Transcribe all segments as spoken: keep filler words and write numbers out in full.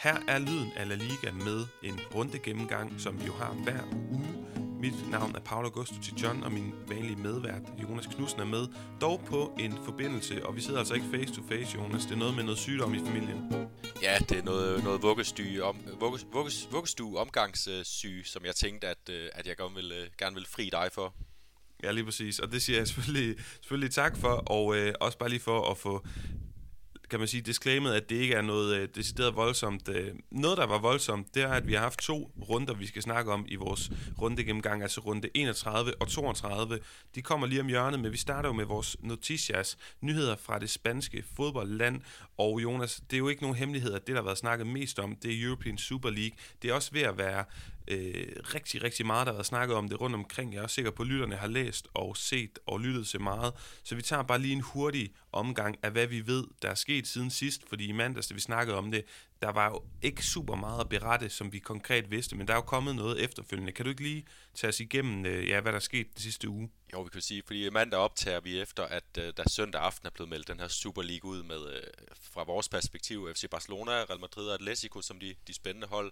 Her er lyden af La Liga med en runde gennemgang, som vi jo har hver uge. Mit navn er Paul Augusto John, og min vanlige medvært Jonas Knudsen er med, dog på en forbindelse, og vi sidder altså ikke face to face, Jonas. Det er noget med noget sygdom i familien. Ja, det er noget, noget vuggestue, om, vugges, vugges, vuggestue omgangssyge, som jeg tænkte, at, at jeg gerne vil, gerne vil fri dig for. Ja, lige præcis, og det siger jeg selvfølgelig, selvfølgelig tak for, og øh, også bare lige for at få, kan man sige, disclaimet, at det ikke er noget øh, decideret voldsomt. Øh, noget, der var voldsomt, det er, at vi har haft to runder, vi skal snakke om i vores runde gennemgang, altså runde enogtredive og toogtredive. De kommer lige om hjørnet, men vi starter jo med vores noticias, nyheder fra det spanske fodboldland. Og Jonas, det er jo ikke nogen hemmelighed, at det, der har været snakket mest om, det er European Super League. Det er også ved at være øh, rigtig, rigtig meget, der har været snakket om det rundt omkring. Jeg er også sikker på, at lytterne har læst og set og lyttet til meget. Så vi tager bare lige en hurtig omgang af, hvad vi ved, der er sket siden sidst. Fordi i mandags, da vi snakkede om det, der var jo ikke super meget at berette, som vi konkret vidste, men der er jo kommet noget efterfølgende. Kan du ikke lige tage os igennem, øh, ja, hvad der er sket den sidste uge? Jo, vi kan sige, fordi mandag optager vi efter, at øh, der søndag aften er blevet meldt den her Super League ud med, øh, fra vores perspektiv, F C Barcelona, Real Madrid og Atletico som de, de spændende hold.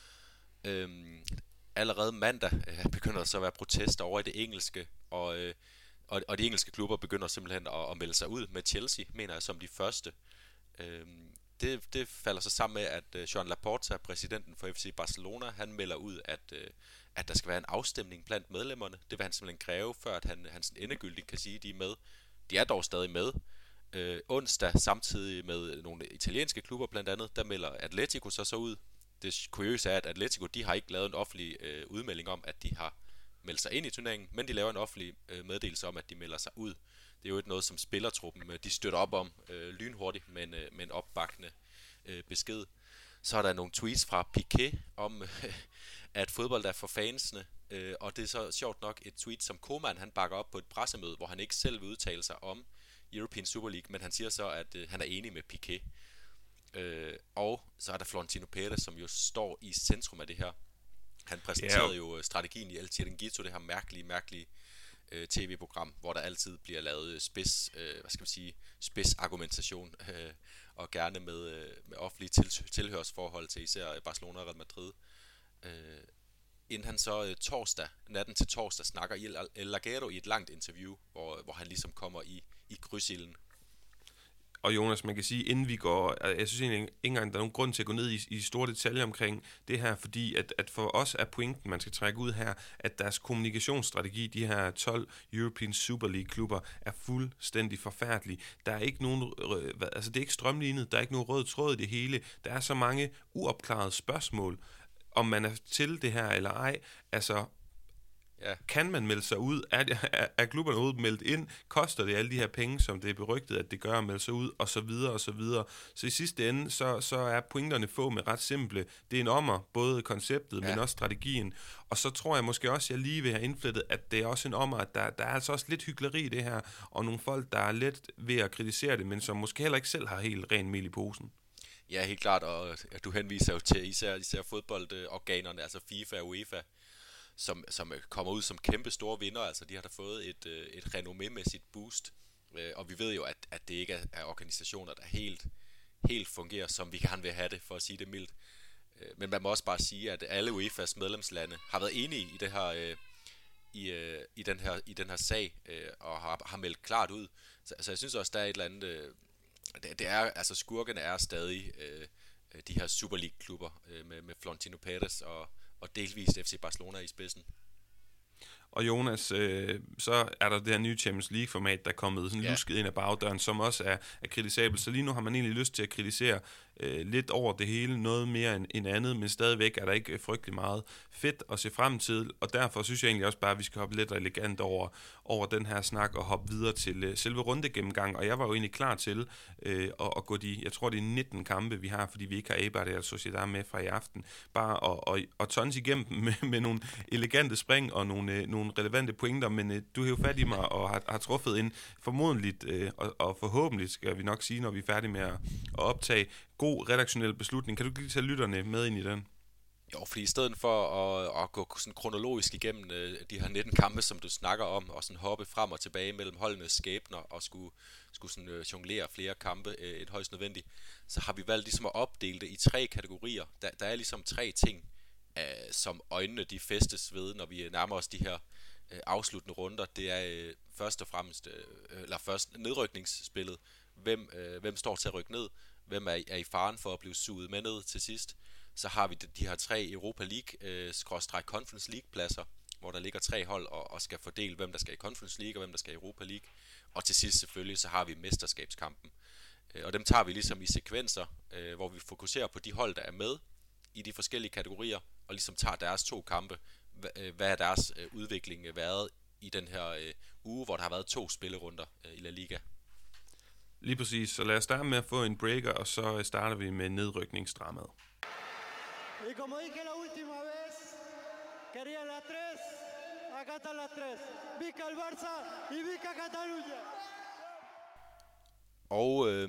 Øhm, allerede mandag øh, begynder der så at være protester over i det engelske, og, øh, og, og de engelske klubber begynder simpelthen at, at melde sig ud med Chelsea, mener jeg, som de første. Øhm, det, det falder så sammen med, at øh, Joan Laporta, præsidenten for F C Barcelona, han melder ud, at, øh, at der skal være en afstemning blandt medlemmerne. Det vil han simpelthen kræve, før at han, han endegyldigt kan sige, at de er med. De er dog stadig med. Øh, onsdag, samtidig med nogle italienske klubber blandt andet, der melder Atletico så så ud. Det kuriøse er, at Atletico, de har ikke lavet en offentlig øh, udmelding om, at de har meldt sig ind i turneringen, men de laver en offentlig øh, meddelelse om, at de melder sig ud. Det er jo ikke noget, som spillertruppen de støtter op om øh, lynhurtigt, men øh, med en opbakkende øh, besked. Så er der nogle tweets fra Piqué om, øh, at fodbold er for fansene, øh, og det er så sjovt nok et tweet, som Koeman han bakker op på et pressemøde, hvor han ikke selv vil udtale sig om European Super League, men han siger så, at øh, han er enig med Piqué. Øh, og så er der Florentino Pérez, som jo står i centrum af det her. Han præsenterede yeah. jo strategien i El Chiringuito, det her mærkelige, mærkelige øh, tv-program, hvor der altid bliver lavet spids, øh, hvad skal man sige, spids argumentation, øh, og gerne med, øh, med offentlige til- tilhørsforhold til især Barcelona og Real Madrid. Øh, inden han så øh, torsdag, natten til torsdag, snakker i El Larguero i et langt interview, hvor, hvor han ligesom kommer i, i krydsilden. Og Jonas, man kan sige, inden vi går, jeg synes egentlig ikke engang, der er nogen grund til at gå ned i, i store detaljer omkring det her, fordi at, at for os er pointen, man skal trække ud her, at deres kommunikationsstrategi, de her tolv European Super League-klubber, er fuldstændig forfærdelig. Der er ikke nogen, altså det er ikke strømlignet, der er ikke nogen rød tråd i det hele, der er så mange uopklarede spørgsmål, om man er til det her eller ej, altså. Ja. Kan man melde sig ud? Er, er, er klubberne ude meldt ind? Koster det alle de her penge, som det er berygtet, at det gør at melde sig ud? Og så videre, og så videre. Så i sidste ende, så, så er pointerne få med ret simple. Det er en ommer, både konceptet, ja. men også strategien. Og så tror jeg måske også, at jeg lige vil have indflettet, at det er også en ommer, at der, der er altså også lidt hykleri i det her, og nogle folk, der er let ved at kritisere det, men som måske heller ikke selv har helt ren mel i posen. Ja, helt klart, og du henviser jo til især, især fodboldorganerne, altså FIFA og UEFA, Som, som kommer ud som kæmpe store vinder. Altså de har da fået et, et renommé-mæssigt boost, og vi ved jo, at, at det ikke er, er organisationer, der helt, helt fungerer, som vi gerne vil have det, for at sige det mildt. Men man må også bare sige, at alle UEFA's medlemslande har været enige i det her, i, i den her, i den her sag, og har, har meldt klart ud. Så altså, jeg synes også, der er et eller andet. Det, det er altså skurkene er stadig de her Super League-klubber med, med Florentino Pérez og og delvist F C Barcelona i spidsen. Og Jonas, øh, så er der det her nye Champions League-format, der er kommet sådan ja. lusket ind ad bagdøren, som også er, er kritisabelt. Så lige nu har man egentlig lyst til at kritisere øh, lidt over det hele, noget mere end, end andet, men stadigvæk er der ikke frygtelig meget fedt at se frem til, og derfor synes jeg egentlig også bare, at vi skal hoppe lidt elegant over, over den her snak og hoppe videre til øh, selve rundegennemgang. Og jeg var jo egentlig klar til øh, at, at gå de, jeg tror det er nitten kampe, vi har, fordi vi ikke har Eibar eller Sociedad med fra i aften, bare at, og, og tons igennem med, med nogle elegante spring og nogle, øh, nogle relevante pointer, men øh, du har jo fat i mig og har, har truffet en formodentligt øh, og, og forhåbentlig, skal vi nok sige, når vi er færdige med at, at optage, god redaktionel beslutning. Kan du lige tage lytterne med ind i den? Jo, fordi i stedet for at, at gå sådan kronologisk igennem øh, de her nitten kampe, som du snakker om, og sådan hoppe frem og tilbage mellem holdenes skæbner, og skulle, skulle sådan øh, jonglere flere kampe øh, end højst nødvendigt, så har vi valgt ligesom at opdele det i tre kategorier. Der, der er ligesom tre ting, øh, som øjnene de festes ved, når vi nærmer os de her øh, afsluttende runder. Det er øh, først og fremmest, øh, eller først nedrykningsspillet. Hvem, øh, hvem står til at rykke ned? Hvem er, er i faren for at blive suget med ned til sidst? Så har vi de, de her tre Europa League, øh, Conference League pladser, hvor der ligger tre hold og, og skal fordele, hvem der skal i Conference League og hvem der skal i Europa League. Og til sidst selvfølgelig, så har vi mesterskabskampen. Øh, og dem tager vi ligesom i sekvenser, øh, hvor vi fokuserer på de hold, der er med i de forskellige kategorier, og ligesom tager deres to kampe. H- øh, hvad er deres øh, udvikling øh, været i den her øh, uge, hvor der har været to spillerunder øh, i La Liga. Lige præcis, så lad os starte med at få en breaker, og så starter vi med nedrykningsdramaet. Y como dije la última vez, querían las tres, acá están las tres. Vica el Barça y Vica Catalunya. Og øh,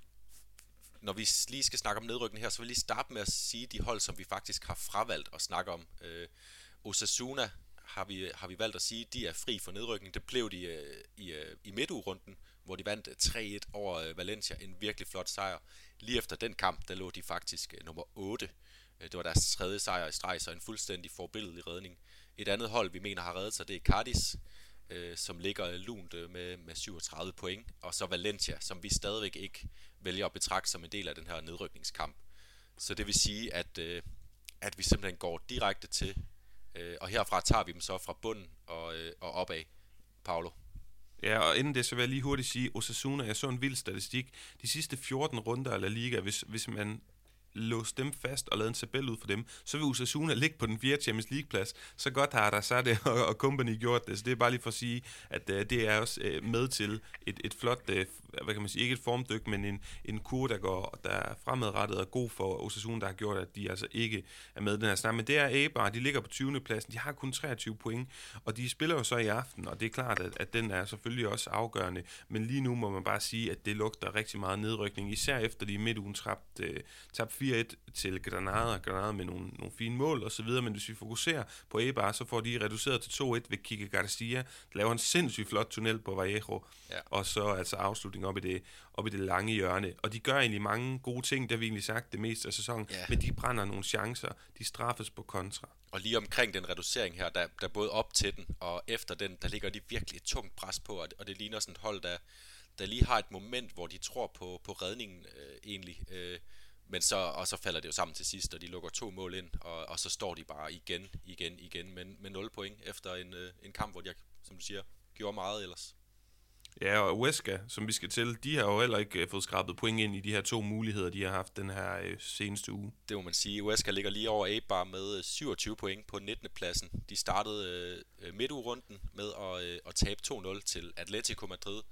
når vi lige skal snakke om nedrykning her, så vil jeg lige starte med at sige de hold, som vi faktisk har fravalgt at snakke om. Øh, Osasuna har vi, har vi valgt at sige, de er fri for nedrykning. Det blev de øh, i, øh, i midtugerunden, hvor de vandt tre et over øh, Valencia. En virkelig flot sejr. Lige efter den kamp, der lå de faktisk øh, nummer otte. Det var deres tredje sejr i streg, så en fuldstændig forbilledelig redning. Et andet hold, vi mener har reddet sig, det er Cardis, øh, som ligger lunt øh, med, med syvogtredive point. Og så Valencia, som vi stadigvæk ikke vælger at betragte som en del af den her nedrykningskamp. Så det vil sige, at, øh, at vi simpelthen går direkte til, øh, og herfra tager vi dem så fra bunden og, øh, og opad. Paolo. Ja, og inden det, så vil jeg lige hurtigt sige, Osasuna, jeg så en vild statistik. De sidste fjorten runder af La Liga, hvis, hvis man låse dem fast og lade en tabel ud for dem, så vil Osasuna ligge på den fjerde Champions League-plads. Så godt har der så det og, og company gjort det. Så det er bare lige for at sige, at uh, det er også uh, med til et, et flot, uh, hvad kan man sige, ikke et formdyk, men en, en kur, der går der er fremadrettet og god for Osasuna, der har gjort, at de altså ikke er med den her snak. Men det er Eibar, de ligger på tyvende pladsen, de har kun treogtyve point, og de spiller jo så i aften, og det er klart, at, at den er selvfølgelig også afgørende. Men lige nu må man bare sige, at det lugter rigtig meget nedrykning, især efter de i midtugen tabt uh, tab fire et til Granada, Granada med nogle, nogle fine mål og så videre, men hvis vi fokuserer på Eibar, så får de reduceret til to et ved Kike Garcia, der laver en sindssygt flot tunnel på Vallejo, ja. Og så altså afslutning op i, det, op i det lange hjørne, og de gør egentlig mange gode ting, det har vi egentlig sagt det meste af sæsonen, ja. Men de brænder nogle chancer, de straffes på kontra. Og lige omkring den reducering her, der, der både op til den og efter den, der ligger de virkelig et tungt pres på, og det, og det ligner sådan et hold, der, der lige har et moment, hvor de tror på, på redningen øh, egentlig, øh, men så, og så falder det jo sammen til sidst, og de lukker to mål ind, og, og så står de bare igen, igen, igen med, med nul point efter en, øh, en kamp, hvor de, som du siger, gjorde meget ellers. Ja, og Huesca, som vi skal til, de har jo heller ikke fået skrabet point ind i de her to muligheder, de har haft den her øh, seneste uge. Det må man sige. Huesca ligger lige over Eibar med syvogtyve point på nittende pladsen. De startede øh, midtugerunden med at, øh, at tabe to nul til Atletico Madrid.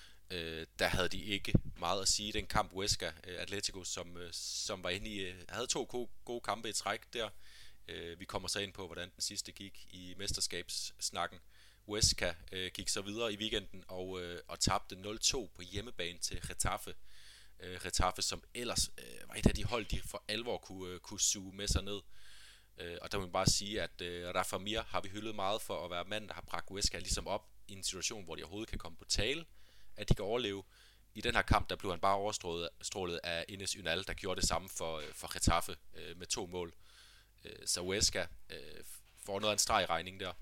Øh, der havde de ikke meget at sige i den kamp. Huesca, øh, Atletico, som, øh, som var inde i, øh, havde to gode, gode kampe i træk der. Øh, vi kommer så ind på, hvordan den sidste gik i mesterskabssnakken. Huesca øh, gik så videre i weekenden og, øh, og tabte nul to på hjemmebane til Getafe. Øh, Getafe, som ellers øh, var et af de hold, de for alvor kunne, øh, kunne suge med sig ned. Øh, og der må man bare sige, at øh, Rafa Mir har vi hyldet meget for at være manden, der har bragt Huesca ligesom op i en situation, hvor de overhovedet kan komme på tale, at de kan overleve. I den her kamp, der blev han bare overstrålet af Enes Ünal, der gjorde det samme for, for Getafe øh, med to mål. Øh, så Huesca øh, får noget af en streg i regning der.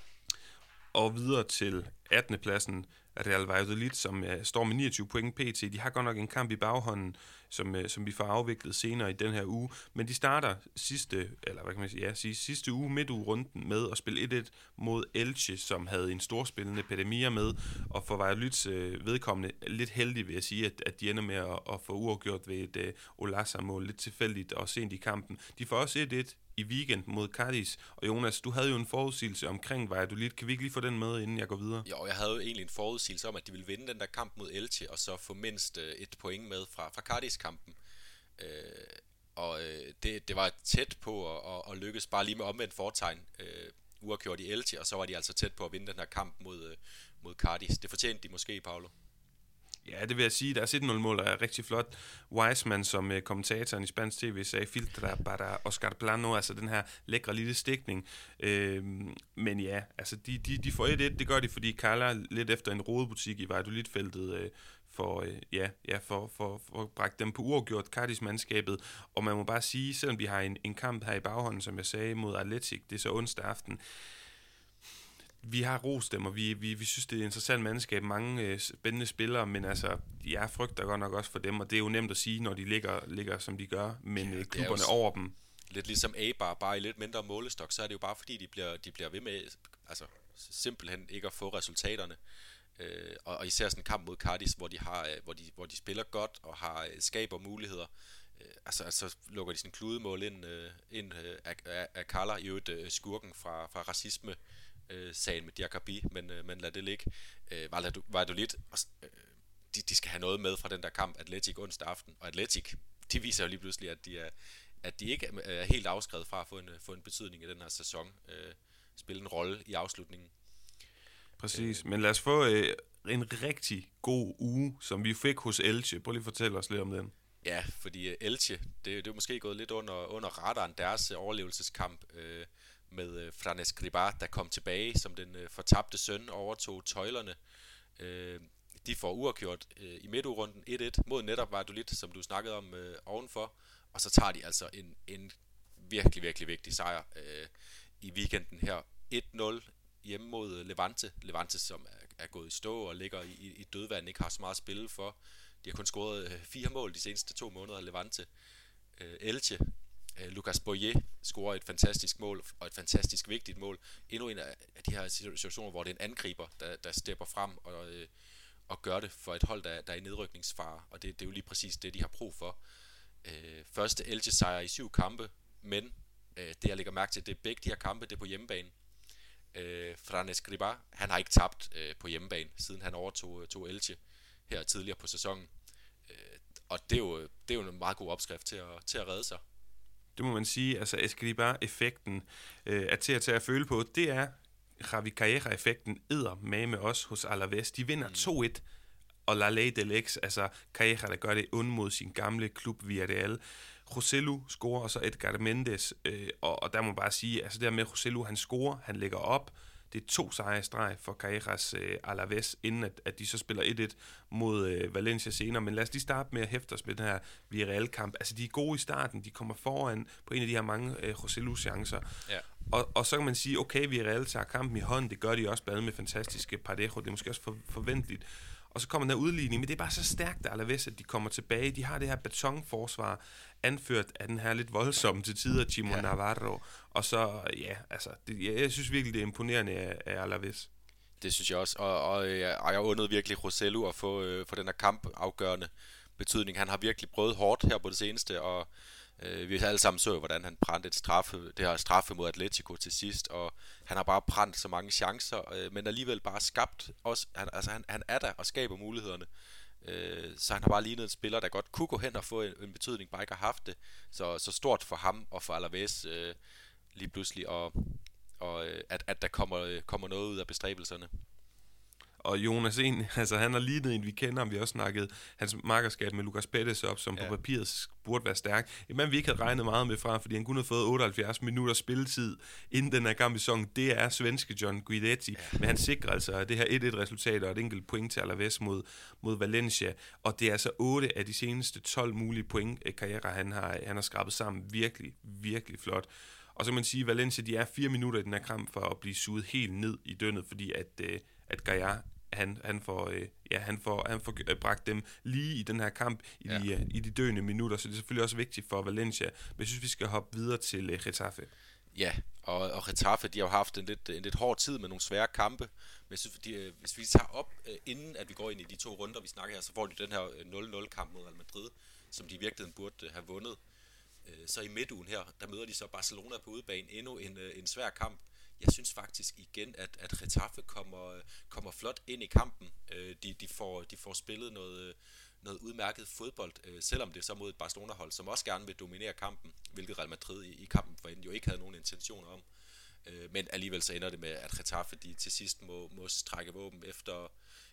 Og videre til attende pladsen, Real Valladolid, som uh, står med niogtyve point pt. De har godt nok en kamp i baghånden, som, uh, som vi får afviklet senere i den her uge. Men de starter sidste, eller hvad kan man sige, ja, sige, sidste uge, midtugerunden med at spille et et mod Elche, som havde en storspillende Pedemia med. Og for Valladolids uh, vedkommende lidt heldig, vil jeg sige, at, at de ender med at, at få uafgjort ved et uh, Olasa-mål lidt tilfældigt og sent i kampen. De får også et et i weekenden mod Cadiz. Og Jonas, du havde jo en forudsigelse omkring Valladolid. Kan vi ikke lige få den med, inden jeg går videre? Jo, jeg havde jo egentlig en forudsigelse om, at de ville vinde den der kamp mod Elche, og så få mindst øh, et point med fra, fra Cadiz-kampen. Øh, og øh, det, det var tæt på at, at, at lykkes, bare lige med omvendt fortegn. Øh, uafgjort i Elche, og så var de altså tæt på at vinde den her kamp mod, øh, mod Cadiz. Det fortjente de måske, Paolo. Ja, det vil jeg sige. Deres et nul-mål er rigtig flot. Wiseman, som uh, kommentatoren i spansk tv sagde, filtra para Oscar Plano, altså den her lækre lille stikning. Øh, men ja, altså de, de, de får et et, det gør de, fordi Carla lidt efter en rodebutik i Valladolid-feltet øh, for, øh, ja, ja, for, for, for at brække dem på uafgjort Cardis-mandskabet. Og man må bare sige, selvom de har en, en kamp her i baghånden, som jeg sagde, mod Athletic, det er så onsdag aften, vi har rost dem, og vi, vi, vi synes, det er et interessant mandskab, mange øh, spændende spillere, men altså, jeg frygter godt nok også for dem, og det er jo nemt at sige, når de ligger, ligger som de gør, men øh, klubberne over dem. Lidt ligesom Eibar, bare i lidt mindre målestok, så er det jo bare fordi, de bliver, de bliver ved med, altså simpelthen ikke at få resultaterne. Øh, og, og især sådan en kamp mod Cardis, hvor de, har, hvor de, hvor de spiller godt og har skaber muligheder. Øh, altså, altså lukker de sådan en kludemål ind, øh, ind øh, af, af, af Carla, i øvrigt øh, skurken fra, fra racisme, Øh, sagen med Diakabi, men, øh, men lad det ligge. Øh, Valladolid, øh, de, de skal have noget med fra den der kamp, Athletic onsdag aften, og Athletic, de viser jo lige pludselig, at de, er, at de ikke er helt afskrevet fra at få en, få en betydning i den her sæson, øh, spille en rolle i afslutningen. Præcis, øh, men lad os få øh, en rigtig god uge, som vi fik hos Elche. Prøv lige at fortælle os lidt om den. Ja, fordi Elche, det, det er måske gået lidt under, under radaren, deres overlevelseskamp, øh, med Fran Escribá, der kom tilbage som den øh, fortabte søn, overtog tøjlerne. Øh, de får uafgjort øh, i midtugerunden et et mod netop Valladolid, som du snakkede om øh, ovenfor, og så tager de altså en, en virkelig, virkelig vigtig sejr øh, i weekenden her. et nul hjemme mod Levante. Levante, som er, er gået i stå og ligger i, i dødvand, ikke har så meget at spille for. De har kun scoret øh, fire mål de seneste to måneder af Levante. Øh, Elche, Lucas Boyer scorer et fantastisk mål, og et fantastisk vigtigt mål. Endnu en af de her situationer, hvor det er en angriber, der, der stepper frem og, øh, og gør det for et hold, der, der er i nedrykningsfare. Og det, det er jo lige præcis det, de har brug for. Øh, første Elche-sejr i syv kampe, men øh, det jeg lægger mærke til, det er begge de her kampe, det er på hjemmebane. Øh, Fran Escribá, han har ikke tabt øh, på hjemmebane, siden han overtog tog Elche her tidligere på sæsonen. Øh, og det er, jo, det er jo en meget god opskrift til at, til at redde sig. Det må man sige, altså Escribá-effekten øh, er til at tage at føle på. Det er Javi Calleja-effekten edder med med os hos Alaves. De vinder mm. to et, og La Ley del Ex, altså Calleja, der gør det ond mod sin gamle klub Villarreal. Joselu scorer, og så Edgar Mendes, øh, og, og der må man bare sige, altså der med Joselu, han scorer, han lægger op. Det er to sejre i streg for Callejas øh, Alaves, inden at, at de så spiller et et mod øh, Valencia senere. Men lad os lige starte med at hæfte os med den her Villarreal-kamp. Altså, de er gode i starten. De kommer foran på en af de her mange øh, Joselu-chancer. Ja. Og, og så kan man sige, okay, Villarreal tager kampen i hånden. Det gør de også, blandt andet med fantastiske Parejo. Det er måske også for, forventeligt. Og så kommer den her udligning, men det er bare så stærkt, at Alaves, at de kommer tilbage. De har det her betonforsvar, anført af den her lidt voldsomme til tider, Chimo ja. Navarro. Og så, ja, altså, det, jeg, jeg synes virkelig, det er imponerende af, af Alaves. Det synes jeg også, og, og, og jeg undede virkelig Joselu at få, øh, få den her kamp afgørende betydning. Han har virkelig prøvet hårdt her på det seneste, og øh, vi alle sammen så, hvordan han brændte et straffe, det her straffe mod Atletico til sidst, og han har bare brændt så mange chancer, øh, men alligevel bare skabt også, han, altså han, han er der og skaber mulighederne. Øh, så han har bare lignet en spiller, der godt kunne gå hen og få en, en betydning, bare ikke har haft det. Så, så stort for ham og for Alaves øh, lige pludselig, og, og at, at der kommer, kommer noget ud af bestræbelserne. Og Jonas en, altså han har lignet en, vi kender, vi har også snakket hans makkerskab med Lucas Pérez op, som ja. på papiret burde være stærk. En mand, vi ikke havde regnet meget med fra, fordi han kun havde fået otteoghalvfjerds minutter spilletid inden den her kamp i sæsonen. Det er svenske John Guidetti, ja. men han sikrer altså det her et et resultat og et enkelt point til Alaves mod, mod Valencia. Og det er altså otte af de seneste tolv mulige point, Calleja han har, han har skrabet sammen. Virkelig, virkelig flot. Og så kan man sige, at Valencia, de er fire minutter i den her kamp for at blive suget helt ned i dønnet, fordi at, øh, at Calleja, han, han, får, øh, ja, han, får, han får bragt dem lige i den her kamp i, ja. de, i de døende minutter, så det er selvfølgelig også vigtigt for Valencia. Men jeg synes, vi skal hoppe videre til øh, Getafe. Ja, og, og Getafe, de har jo haft en lidt, en lidt hård tid med nogle svære kampe, men jeg synes, de, øh, hvis vi tager op, øh, inden at vi går ind i de to runder, vi snakker her, så får de den her nul nul-kamp mod Real Madrid, som de i virkeligheden burde øh, have vundet. Så i midtugen her, der møder de så Barcelona på udebane, endnu en, en svær kamp. Jeg synes faktisk igen, at, at Getafe kommer, kommer flot ind i kampen. De, de, får, de får spillet noget, noget udmærket fodbold, selvom det er så mod et Barcelona-hold, som også gerne vil dominere kampen, hvilket Real Madrid i, i kampen forinden jo ikke havde nogen intentioner om. Men alligevel så ender det med, at Getafe de til sidst må, må trække våben efter,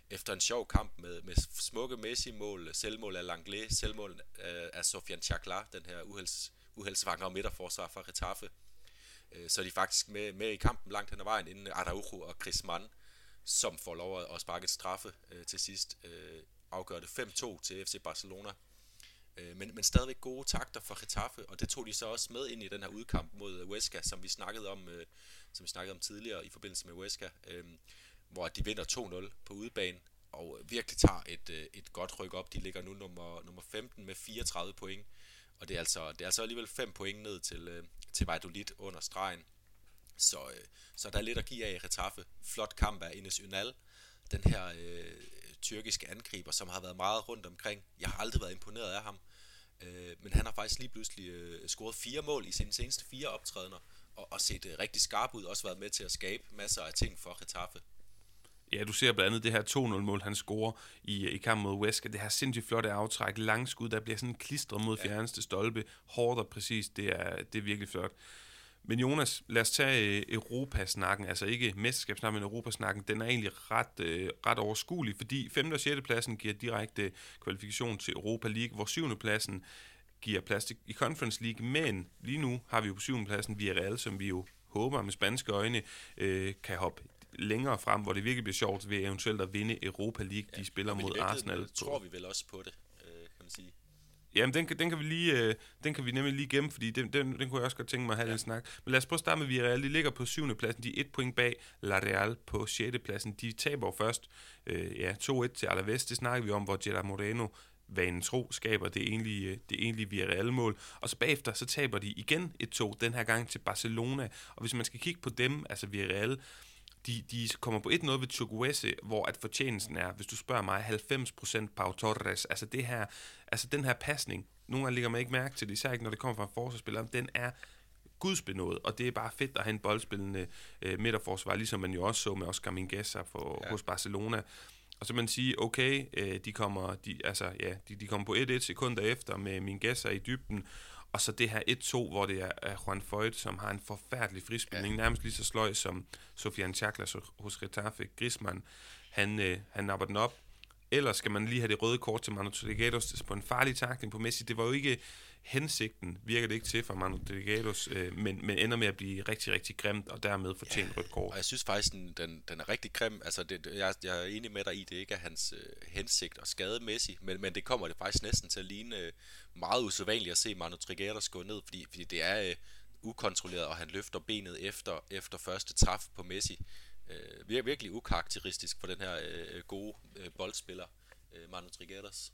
efter en sjov kamp med, med smukke Messi-mål, selvmål af Langlais, selvmål øh, af Sofiane Chakla, den her uhelds, uheldsvangre midterforsvar fra Getafe, øh, så er de faktisk med, med i kampen langt hen ad vejen, inden Araujo og Griezmann, som får lov at sparke et straffe øh, til sidst, øh, afgør det fem to til F C Barcelona. Øh, men, men stadigvæk gode takter for Getafe, og det tog de så også med ind i den her udkamp mod Huesca, som vi snakkede om, øh, som vi snakkede om tidligere i forbindelse med Huesca, øh, hvor de vinder to nul på udebane, og virkelig tager et, et godt ryk op. De ligger nu nummer, nummer femten med fireogtredive point, og det er altså, det er altså alligevel fem point ned til, til Valladolid under stregen. Så, så der er lidt at give af i Getafe. Flot kamp af Enes Ünal, den her øh, tyrkiske angriber, som har været meget rundt omkring. Jeg har aldrig været imponeret af ham, øh, men han har faktisk lige pludselig øh, scoret fire mål i sine seneste fire optrædener, og, og set øh, rigtig skarp ud, også været med til at skabe masser af ting for Getafe. Ja, du ser blandt andet det her to nul-mål, han scorer i, i kampen mod Huesca. Det her sindssygt flotte aftræk, langskud, der bliver sådan klistret mod fjerneste stolpe. Hårdt og præcis, det er, det er virkelig flot. Men Jonas, lad os tage Europasnakken, altså ikke mesterskabssnakken, men Europasnakken. Den er egentlig ret, øh, ret overskuelig, fordi femte og sjette pladsen giver direkte kvalifikation til Europa League, hvor syvende pladsen giver plads til, i Conference League, men lige nu har vi jo på syvende pladsen Villarreal, som vi jo håber med spanske øjne øh, kan hoppe længere frem, hvor det virkelig bliver sjovt ved eventuelt at vinde Europa League. De ja, spiller mod Arsenal. Tror vi vel også på det, øh, kan man sige. Jamen, den kan, den kan vi lige, øh, den kan vi nemlig lige gemme, fordi den, den, den kunne jeg også godt tænke mig at have ja. en snak. Men lad os prøve at starte med Villarreal. De ligger på syvende pladsen. De er et point bag La Real på sjette pladsen. De taber først øh, ja, to et til Alaves. Det snakker vi om, hvor Gerard Moreno, vanen tro, skaber det egentlige, det egentlige Villarreal-mål. Og så bagefter, så taber de igen et to, den her gang til Barcelona. Og hvis man skal kigge på dem, altså Villarreal, De, de kommer på et nul ved Chukwueze, hvor at fortjenesten er, hvis du spørger mig, halvfems procent Pau Torres. Altså det her, altså den her pasning, nogle gange lægger man ikke mærke til det, især ikke når det kommer fra en forsvarsspiller, den er gudsbenået, og det er bare fedt at have en boldspillende øh, midterforsvar, ligesom man jo også så med Oscar Mingueza for, ja. hos Barcelona. Og så man sige, okay, øh, de kommer, de, altså ja, de, de kommer på et et sekunder efter med Mingueza i dybden. Og så det her et to, hvor det er Juan Foyt, som har en forfærdelig frispilning, ja. nærmest lige så sløj som Sofiane Chakla hos Getafe. Griezmann, han, øh, han napper den op. Ellers skal man lige have det røde kort til Manu Delegados på en farlig takling på Messi. Det var jo ikke hensigten, virker det ikke til for Manu Delegados, øh, men, men ender med at blive rigtig, rigtig grimt, og dermed fortjent ja, rødt kort. Og jeg synes faktisk, den, den, den er rigtig grim. Altså, det, jeg, jeg er enig med dig i, det ikke er hans øh, hensigt at skade Messi, men, men det kommer det faktisk næsten til at ligne øh, meget usædvanligt at se Manu Delegados gå ned, fordi, fordi det er øh, ukontrolleret, og han løfter benet efter, efter første træf på Messi. Øh, vir, virkelig ukarakteristisk for den her øh, gode øh, boldspiller, øh, Manu Delegados.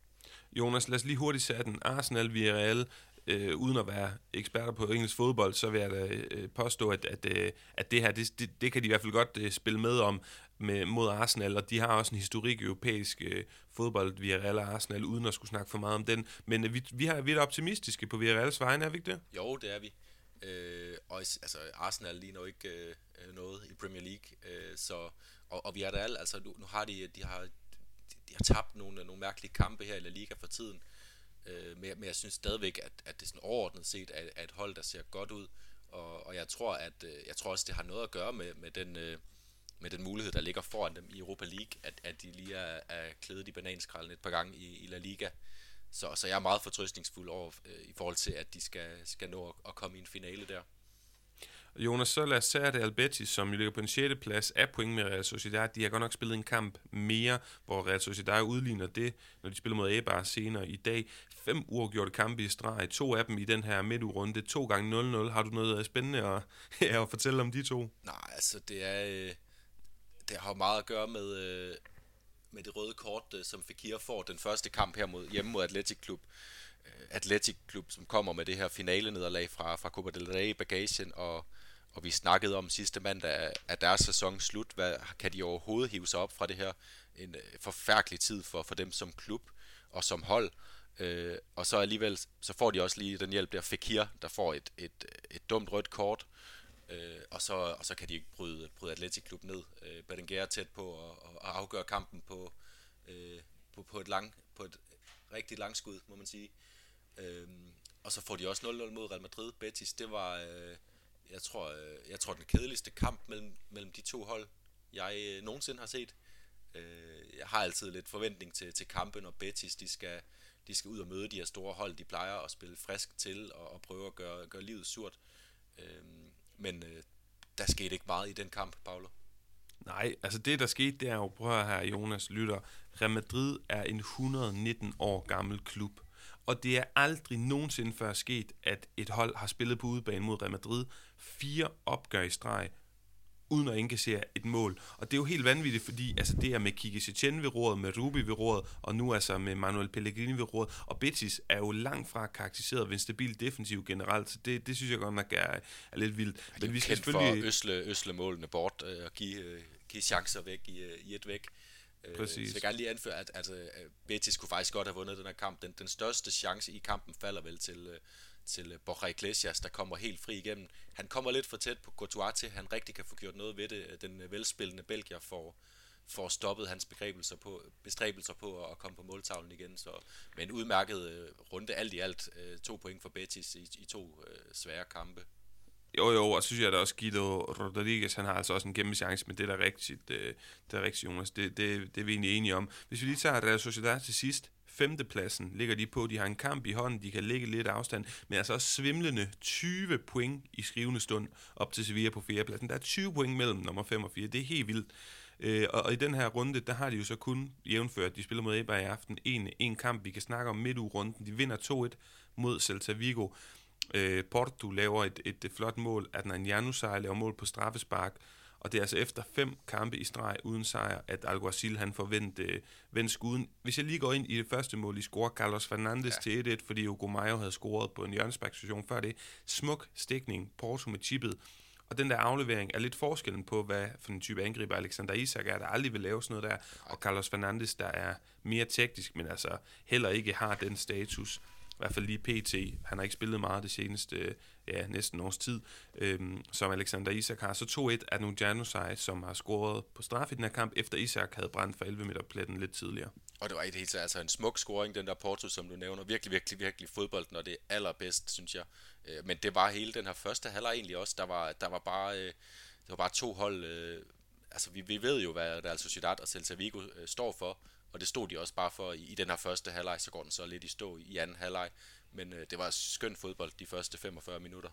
Jonas, lad os lige hurtigt sætte den. Arsenal, Villarreal, øh, uden at være eksperter på engelsk fodbold, så vil jeg da øh, påstå, at, at, øh, at det her, det, det, det kan de i hvert fald godt øh, spille med om med, mod Arsenal, og de har også en historik i europæisk øh, fodbold, Villarreal og Arsenal, uden at skulle snakke for meget om den. Men øh, vi, vi, har, vi er optimistiske på Villarreals vegne, er vi ikke det? Jo, det er vi. Øh, og altså, Arsenal ligner jo ikke øh, noget i Premier League, øh, så, og, og Villarreal, altså nu, nu har de, de har de har tabt nogle, nogle mærkelige kampe her i La Liga for tiden, øh, men, men jeg synes stadigvæk, at, at det sådan overordnet set er, er et hold, der ser godt ud, og, og jeg tror, at jeg tror også, det har noget at gøre med, med, den, øh, med den mulighed, der ligger foran dem i Europa League, at, at de lige er, er klædet i bananskralden et par gange i, i La Liga, så, så jeg er meget fortrøstningsfuld over øh, i forhold til, at de skal, skal nå at, at komme i en finale der. Jonas, så lad os tage det Betis, som jo ligger på en sjette plads af point med Real Sociedad. De har godt nok spillet en kamp mere, hvor Real Sociedad udligner det, når de spiller mod Eibar senere i dag. Fem uafgjorte kampe i streg, to af dem i den her midtugrunde, to gange nul nul. Har du noget spændende at, ja, at fortælle om de to? Nej, altså det er det har meget at gøre med, med det røde kort, som Fekir får den første kamp her mod, hjemme mod Athletic Club. Athletic Club, som kommer med det her finalenederlag fra, fra Copa del Rey i bagagen, og Og vi snakkede om sidste mandag, at deres sæson slut. Hvad, kan de overhovedet hive sig op fra det her? En øh, forfærdelig tid for, for dem som klub og som hold. Øh, og så alligevel, så får de også lige den hjælp der, Fekir, der får et, et, et dumt rødt kort. Øh, og, så, og så kan de ikke bryde, bryde Athletic Club ned. Øh, Berenguer er tæt på at, at afgøre kampen på, øh, på, på, et lang, på et rigtig langskud, må man sige. Øh, og så får de også nul nul mod Real Madrid. Betis, det var... Øh, Jeg tror, jeg tror den kedeligste kamp mellem, mellem de to hold, jeg øh, nogensinde har set. Øh, jeg har altid lidt forventning til, til kampen, når Betis de skal, de skal ud og møde de her store hold. De plejer at spille frisk til og, og prøve at gøre, gøre livet surt. Øhm, men øh, der skete ikke meget i den kamp, Paolo. Nej, altså det der skete, det er jo, prøv at høre Jonas lytter, Real Madrid er en et hundrede og nitten år gammel klub. Og det er aldrig nogensinde før sket, at et hold har spillet på udebane mod Real Madrid fire opgør i streg, uden at indkassere et mål. Og det er jo helt vanvittigt, fordi altså, det er med Quique Setién ved roret, med Rubi ved roret, og nu altså med Manuel Pellegrini ved roret. Og Betis er jo langt fra karakteriseret ved en stabil defensiv generelt, så det, det synes jeg godt nok er, er lidt vildt. Ja, det er vi skal kendt selvfølgelig for øsle, øsle målene bort øh, og give, øh, give chancer væk i, øh, i et væk. Præcis. Så jeg kan gerne lige anføre, at, at, at Betis kunne faktisk godt have vundet den her kamp. Den, den største chance i kampen falder vel til, til Borja Iglesias, der kommer helt fri igennem. Han kommer lidt for tæt på Courtois til, han rigtig kan få gjort noget ved det. Den velspillende belgier får, får stoppet hans bestræbelser på, bestræbelser på at komme på måltavlen igen. Så med en udmærket runde, alt i alt to point for Betis i, i to øh, svære kampe. Jo, jo, og så synes jeg da også, Guido Rodriguez, han har altså også en kæmpe chance, men det er da rigtigt, det, det er rigtigt, Jonas. Det, det, det er vi egentlig enige om. Hvis vi lige tager Real Sociedad til sidst, femtepladsen ligger de på. De har en kamp i hånden, de kan lægge lidt afstand, men altså også svimlende tyve point i skrivende stund op til Sevilla på fjerdepladsen. Der er tyve point mellem nummer fem og fire. Det er helt vildt. Øh, og, og i den her runde, der har de jo så kun jævnført, de spiller mod Eibar i aften, en, en kamp, vi kan snakke om midt runden. De vinder to et mod Celta Vigo. Øh, Porto laver et, et, et flot mål, Adnan Januzaj laver mål på straffespark, og det er altså efter fem kampe i streg uden sejr, at Alguacil han får vendt, øh, vendt skuden. Hvis jeg lige går ind i det første mål, de scorer Carlos Fernandes ja. til et et, fordi Hugo Mayo havde scoret på en hjørnesparksituation før det. Smuk stikning, Porto med chippet. Og den der aflevering er lidt forskellen på, hvad for en type angriber Alexander Isak er, der aldrig vil lave sådan noget der, og Carlos Fernandes, der er mere teknisk, men altså heller ikke har den status, i hvert fald lige P T. Han har ikke spillet meget det seneste, ja, næsten års tid, øhm, som Alexander Isak har. Så to et er nu Januzaj, som har scoret på straf i den her kamp, efter Isak havde brændt for elleve meter pletten lidt tidligere. Og det var i det hele taget altså en smuk scoring, den der Porto, som du nævner. Virkelig, virkelig, virkelig fodbold, når det er allerbedst, synes jeg. Øh, men det var hele den her første halvleg egentlig også. Der var, der var bare, øh, der var bare to hold. Øh, altså vi, vi ved jo, hvad Real Sociedad og Celta Vigo øh, står for. Og det stod de også bare for i, i den her første halvleg, så går den så lidt i stå i anden halvleg. Men øh, det var skøn fodbold de første femogfyrre minutter.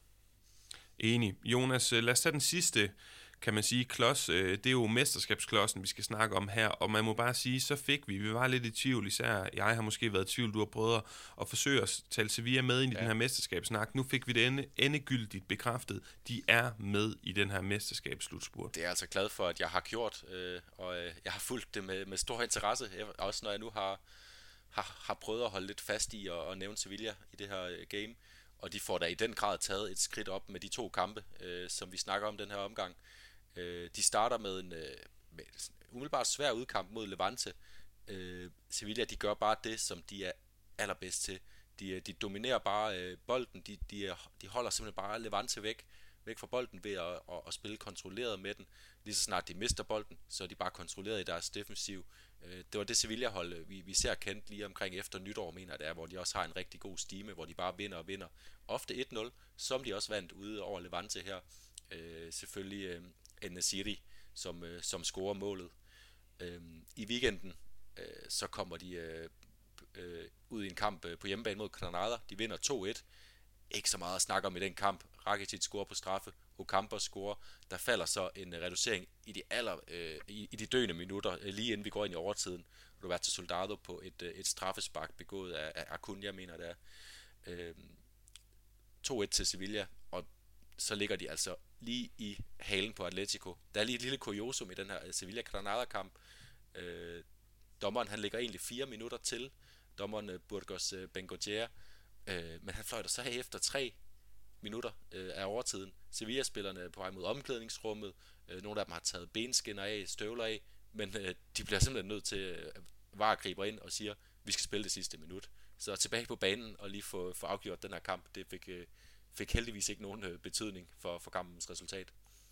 Enig. Jonas, lad os tage den sidste, kan man sige, klods. Det er jo mesterskabsklodsen, vi skal snakke om her. Og man må bare sige, så fik vi. Vi var lidt i tvivl, især jeg har måske været i tvivl, du har prøvet at forsøge at tale Sevilla med ind i ja. den her mesterskabssnak. Nu fik vi det ende, endegyldigt bekræftet. De er med i den her mesterskabsslutspurt. Det er jeg altså glad for, at jeg har gjort, øh, og øh, jeg har fulgt det med, med stor interesse. Også når jeg nu har, har, har prøvet at holde lidt fast i og, og nævne Sevilla i det her øh, game. Og de får da i den grad taget et skridt op med de to kampe, øh, som vi snakker om den her omgang. Øh, de starter med en øh, med umiddelbart svær udkamp mod Levante. Øh, Sevilla, de gør bare det, som de er allerbedst til. De, de dominerer bare øh, bolden, de, de, de holder simpelthen bare Levante væk, væk fra bolden ved at, at, at spille kontrolleret med den. Lige så snart de mister bolden, så er de bare kontrolleret i deres defensiv. Det var det Sevilla-hold, vi, vi ser kendt lige omkring efter nytår, mener det er, hvor de også har en rigtig god stime, hvor de bare vinder og vinder. Ofte et nul, som de også vandt ude over Levante her. Øh, selvfølgelig øh, En-Nesyri, som, øh, som scorer målet. Øh, I weekenden, øh, så kommer de øh, øh, ud i en kamp øh, på hjemmebane mod Granada. De vinder to et. Ikke så meget at snakke om i den kamp. Rakitic scorer på straffe. Ocampo scorer. Der falder så en reducering i de, aller, øh, i, i de døende minutter, øh, lige inden vi går ind i overtiden. Roberto Soldado på et, øh, et straffespark begået af, af Acuna, mener det er. Øh, to et til Sevilla, og så ligger de altså lige i halen på Atletico. Der er lige et lille kuriosum i den her Sevilla-Granada-kamp. Øh, dommeren, han ligger egentlig fire minutter til. Dommeren øh, Burgos øh, Bengochea. Øh, men han fløjter så af efter tre minutter øh, af overtiden. Sevilla-spillerne er på vej mod omklædningsrummet. Øh, nogle af dem har taget benskinner af, støvler af, men øh, de bliver simpelthen nødt til at øh, V A R griber ind og siger, vi skal spille det sidste minut. Så tilbage på banen og lige få, få afgjort den her kamp, det fik, øh, fik heldigvis ikke nogen øh, betydning for, for kampens resultat.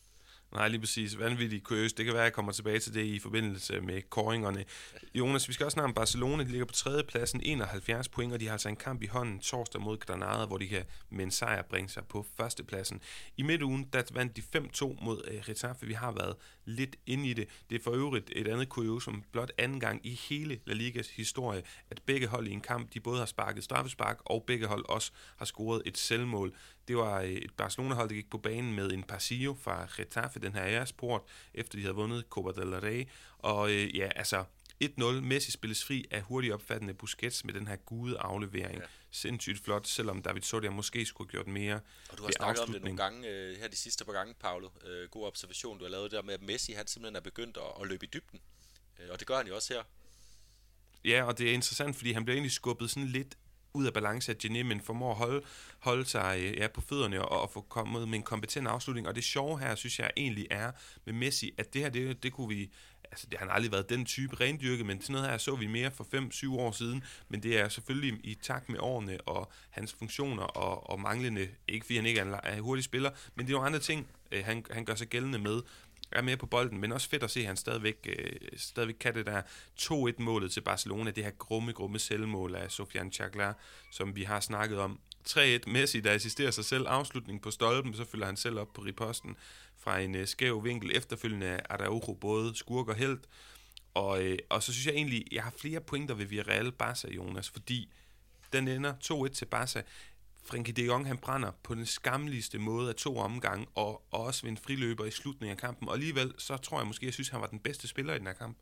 Nej, lige præcis. Vanvittigt kuriøst. Det kan være, at jeg kommer tilbage til det i forbindelse med kåringerne. Jonas, vi skal også snakke om Barcelona. De ligger på tredjepladsen, enoghalvfjerds point, og de har altså en kamp i hånden torsdag mod Granada, hvor de kan med en sejr bringe sig på førstepladsen. I midtugen, der vandt de fem to mod uh, Getafe. Vi har været lidt inde i det. Det er for øvrigt et andet kuriosum, blot anden gang i hele La Ligas historie, at begge hold i en kamp, de både har sparket straffespark, og begge hold også har scoret et selvmål. Det var et Barcelona-hold, der gik på banen med en Pasillo fra Getafe, den her æresport, efter de havde vundet Copa del Rey. Og øh, ja, altså et nul. Messi spilles fri af hurtigt opfattende Busquets med den her gude aflevering. Ja. Sindssygt flot, selvom David Soria måske skulle have gjort mere. Og du har snakket om det nogle gange øh, her de sidste par gange, Paolo. Øh, god observation, du har lavet der med, at Messi han simpelthen er begyndt at, at løbe i dybden. Øh, og det gør han jo også her. Ja, og det er interessant, fordi han bliver egentlig skubbet sådan lidt ud af balance af Gené, men formår at holde, holde sig ja, på fødderne og, og få kommet med en kompetent afslutning. Og det sjove her, synes jeg egentlig er med Messi, at det her, det, det kunne vi, altså det har aldrig været den type rendyrke, men sådan noget her så vi mere for fem syv år siden, men det er selvfølgelig i takt med årene og hans funktioner og, og manglende, ikke fordi han ikke er en hurtig spiller, men det er nogle andre ting, øh, han, han gør sig gældende med, er med på bolden, men også fedt at se, at han stadigvæk, øh, stadigvæk kan det der to et målet til Barcelona, det her grumme, grumme selvmål af Sofiane Chaglar, som vi har snakket om. tre et Messi, der assisterer sig selv, afslutning på stolpen, så følger han selv op på riposten fra en øh, skæv vinkel, efterfølgende af Araujo, både skurk og helt. Og, øh, og så synes jeg egentlig, jeg har flere pointer ved Villarreal Barca, Jonas, fordi den ender to et til Barca. Frenkie de Jong, han brænder på den skammeligste måde af to omgange, og, og også ved en friløber i slutningen af kampen. Og alligevel, så tror jeg måske, jeg synes, han var den bedste spiller i den her kamp.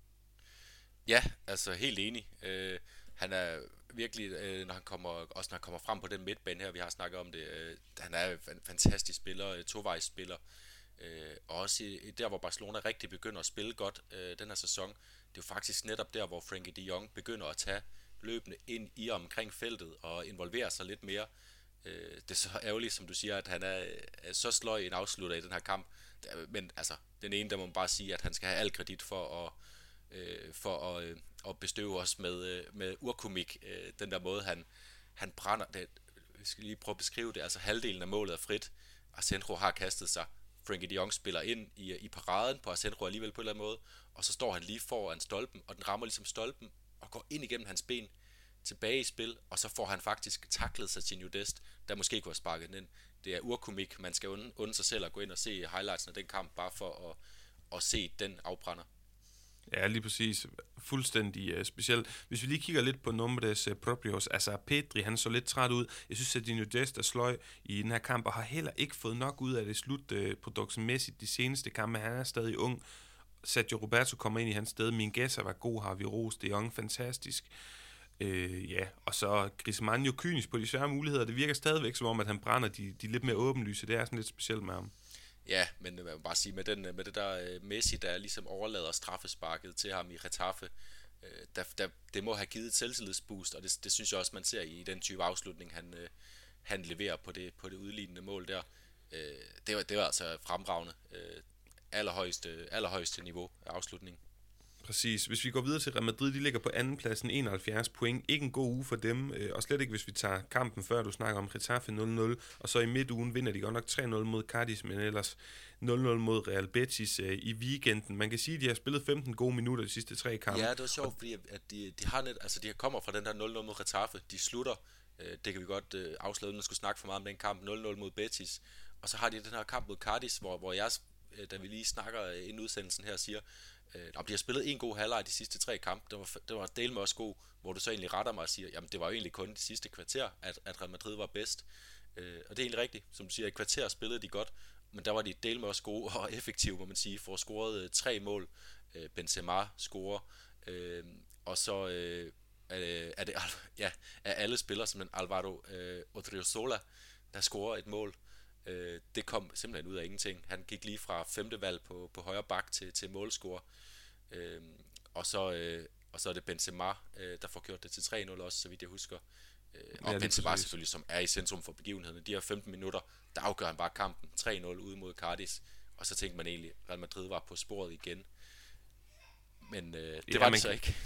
Ja, altså helt enig. Øh, han er virkelig, øh, når han kommer, også når han kommer frem på den midtbane her, vi har snakket om det, øh, han er en fantastisk spiller, tovejsspiller. Øh, og også i, der, hvor Barcelona rigtig begynder at spille godt øh, den her sæson, det er jo faktisk netop der, hvor Frenkie de Jong begynder at tage løbende ind i og omkring feltet og involvere sig lidt mere. Øh, det er så ærgerligt, som du siger, at han er, er så sløj en afslutter i den her kamp. Men altså, den ene, der må man bare sige, at han skal have al kredit for at, øh, for at, øh, at bestøve os med, øh, med urkomik. Øh, den der måde, han, han brænder. Det, vi skal lige prøve at beskrive det. Altså halvdelen af målet er frit. Asenjo har kastet sig. Frenkie de Jong spiller ind i, i paraden på Asenjo alligevel på en eller anden måde. Og så står han lige foran stolpen, og den rammer ligesom stolpen og går ind igennem hans ben, tilbage i spil, og så får han faktisk taklet Serginho Dest, der måske kunne have sparket den ind. Det er urkomik, man skal unde, unde sig selv at gå ind og se highlights af den kamp, bare for at, at se den afbrænder. Ja, lige præcis. Fuldstændig uh, specielt. Hvis vi lige kigger lidt på Nombres uh, Propios, altså Pedri, han så lidt træt ud. Jeg synes, at Serginho Dest er sløj i den her kamp, og har heller ikke fået nok ud af det slutproduktsmæssigt de seneste kampe. Han er stadig ung. Sergio Roberto kommer ind i hans sted. Mingueza var god, har vi rost. De Jong fantastisk. Øh, ja, og så Griezmann jo kynisk på de svære muligheder. Det virker stadigvæk som om, at han brænder de, de lidt mere åbenlyse. Det er sådan lidt specielt med ham. Ja, men jeg vil bare sige, med, den, med det der uh, Messi, der ligesom overlader straffesparket til ham i Getafe, uh, der, der, det må have givet et selvtillidsboost, og det, det synes jeg også, man ser i den type afslutning, han, uh, han leverer på det, på det udlignende mål der. Uh, det, var, det var altså fremragende. Uh, allerhøjeste, allerhøjeste niveau af afslutningen. Præcis. Hvis vi går videre til Real Madrid, de ligger på andenpladsen, enoghalvfjerds point. Ikke en god uge for dem, og slet ikke hvis vi tager kampen før, du snakker om Getafe nul nul, og så i midtugen vinder de godt nok tre nul mod Cadiz, men ellers nul nul mod Real Betis i weekenden. Man kan sige, at de har spillet femten gode minutter de sidste tre kampe. Ja, det var sjovt, fordi at de, de har net, altså de kommer fra den der nul nul mod Getafe, de slutter, det kan vi godt afsløre, uden at skulle snakke for meget om den kamp, nul nul mod Betis, og så har de den her kamp mod Cadiz, hvor, hvor jeg, da vi lige snakker inden udsendelsen her, siger, Øh, de har spillet en god halvleg de sidste tre kampe. Det var, det var del med også god, hvor du så egentlig retter mig og siger, jamen det var jo egentlig kun de sidste kvarter, at, at Real Madrid var bedst. Øh, og det er egentlig rigtigt. Som du siger, i kvarter spillede de godt, men der var de del med også gode og effektive, må man sige, for at score øh, tre mål. Øh, Benzema scorer, øh, og så øh, er det ja, er alle spillere, som en Alvaro øh, Odriozola, der scorer et mål. Øh, det kom simpelthen ud af ingenting. Han gik lige fra femte valg på, på højre bak til, til målscore. Øh, og, så, øh, og så er det Benzema, øh, der får gjort det til tre nul også, så vidt jeg husker. Øh, og ja, Benzema selvfølgelig, som er i centrum for begivenheden. De her femten minutter, der afgør han bare kampen. tre nul ude mod Cadiz. Og så tænkte man egentlig, at Real Madrid var på sporet igen. Men øh, det ja, var det så ikke.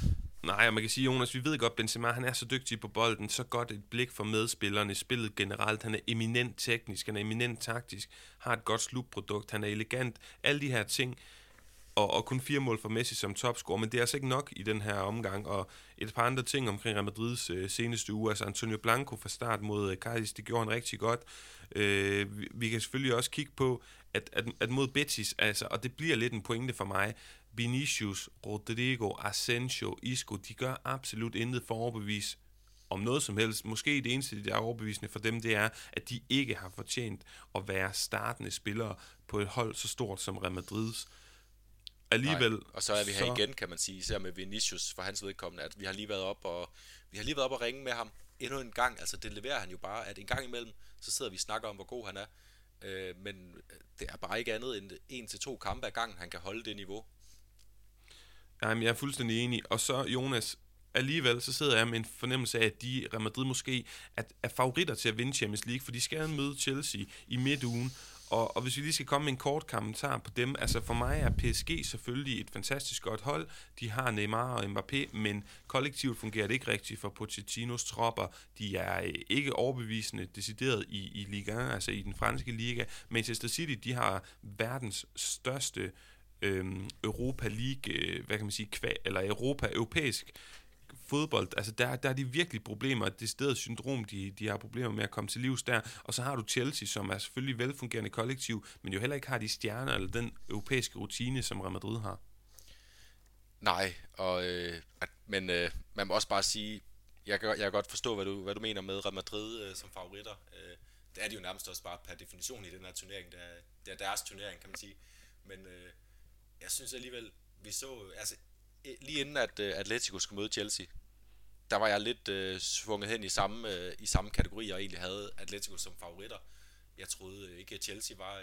Nej, og man kan sige, Jonas, vi ved godt, Benzema, han er så dygtig på bolden, så godt et blik for medspillerne, spillet generelt, han er eminent teknisk, han er eminent taktisk, har et godt slutprodukt, han er elegant, alle de her ting, og, og kun fire mål for Messi som topscorer, men det er altså ikke nok i den her omgang, og et par andre ting omkring Real Madrids øh, seneste uge, altså Antonio Blanco fra start mod øh, Cadiz, det gjorde han rigtig godt. Øh, vi, vi kan selvfølgelig også kigge på, at, at, at mod Betis, altså, og det bliver lidt en pointe for mig, Vinicius, Rodrigo, Asensio, Isco, de gør absolut intet for at overbevise om noget som helst. Måske det eneste, der er overbevisende for dem, det er, at de ikke har fortjent at være startende spillere på et hold så stort som Real Madrids. Alligevel, Nej. Og så er vi her så... igen, kan man sige, især med Vinicius for hans vedkommende, at vi har lige været op og vi har lige været op og ringe med ham endnu en gang. Altså det leverer han jo bare, at en gang imellem, så sidder vi og snakker om, hvor god han er. Øh, men det er bare ikke andet end en til to kampe ad gangen, han kan holde det niveau. Jamen, jeg er fuldstændig enig. Og så, Jonas, alligevel så sidder jeg med en fornemmelse af, at de, Real Madrid måske er, er favoritter til at vinde Champions League, for de skal møde Chelsea i midtugen. Og, og hvis vi lige skal komme med en kort kommentar på dem, altså for mig er P S G selvfølgelig et fantastisk godt hold. De har Neymar og Mbappé, men kollektivt fungerer det ikke rigtigt for Pochettinos tropper. De er ikke overbevisende decideret i, i Liga, altså i den franske liga. Manchester City, de har verdens største øhm, Europa League, hvad kan man sige, kva, eller Europa, europæisk fodbold, altså der, der er de virkelig problemer, det stedet syndrom, de, de har problemer med at komme til livs der, og så har du Chelsea, som er selvfølgelig velfungerende kollektiv, men jo heller ikke har de stjerner, eller den europæiske rutine, som Real Madrid har. Nej, og, øh, men øh, man må også bare sige, jeg kan, jeg kan godt forstå, hvad du, hvad du mener med Real Madrid øh, som favoritter. Øh, det er de jo nærmest også bare per definition i den her turnering, det er, det er deres turnering, kan man sige, men øh, jeg synes alligevel, vi så, altså lige inden at uh, Atletico skulle møde Chelsea, der var jeg lidt uh, svunget hen i samme, uh, i samme kategori, og egentlig havde Atletico som favoritter. Jeg troede uh, ikke, at Chelsea var,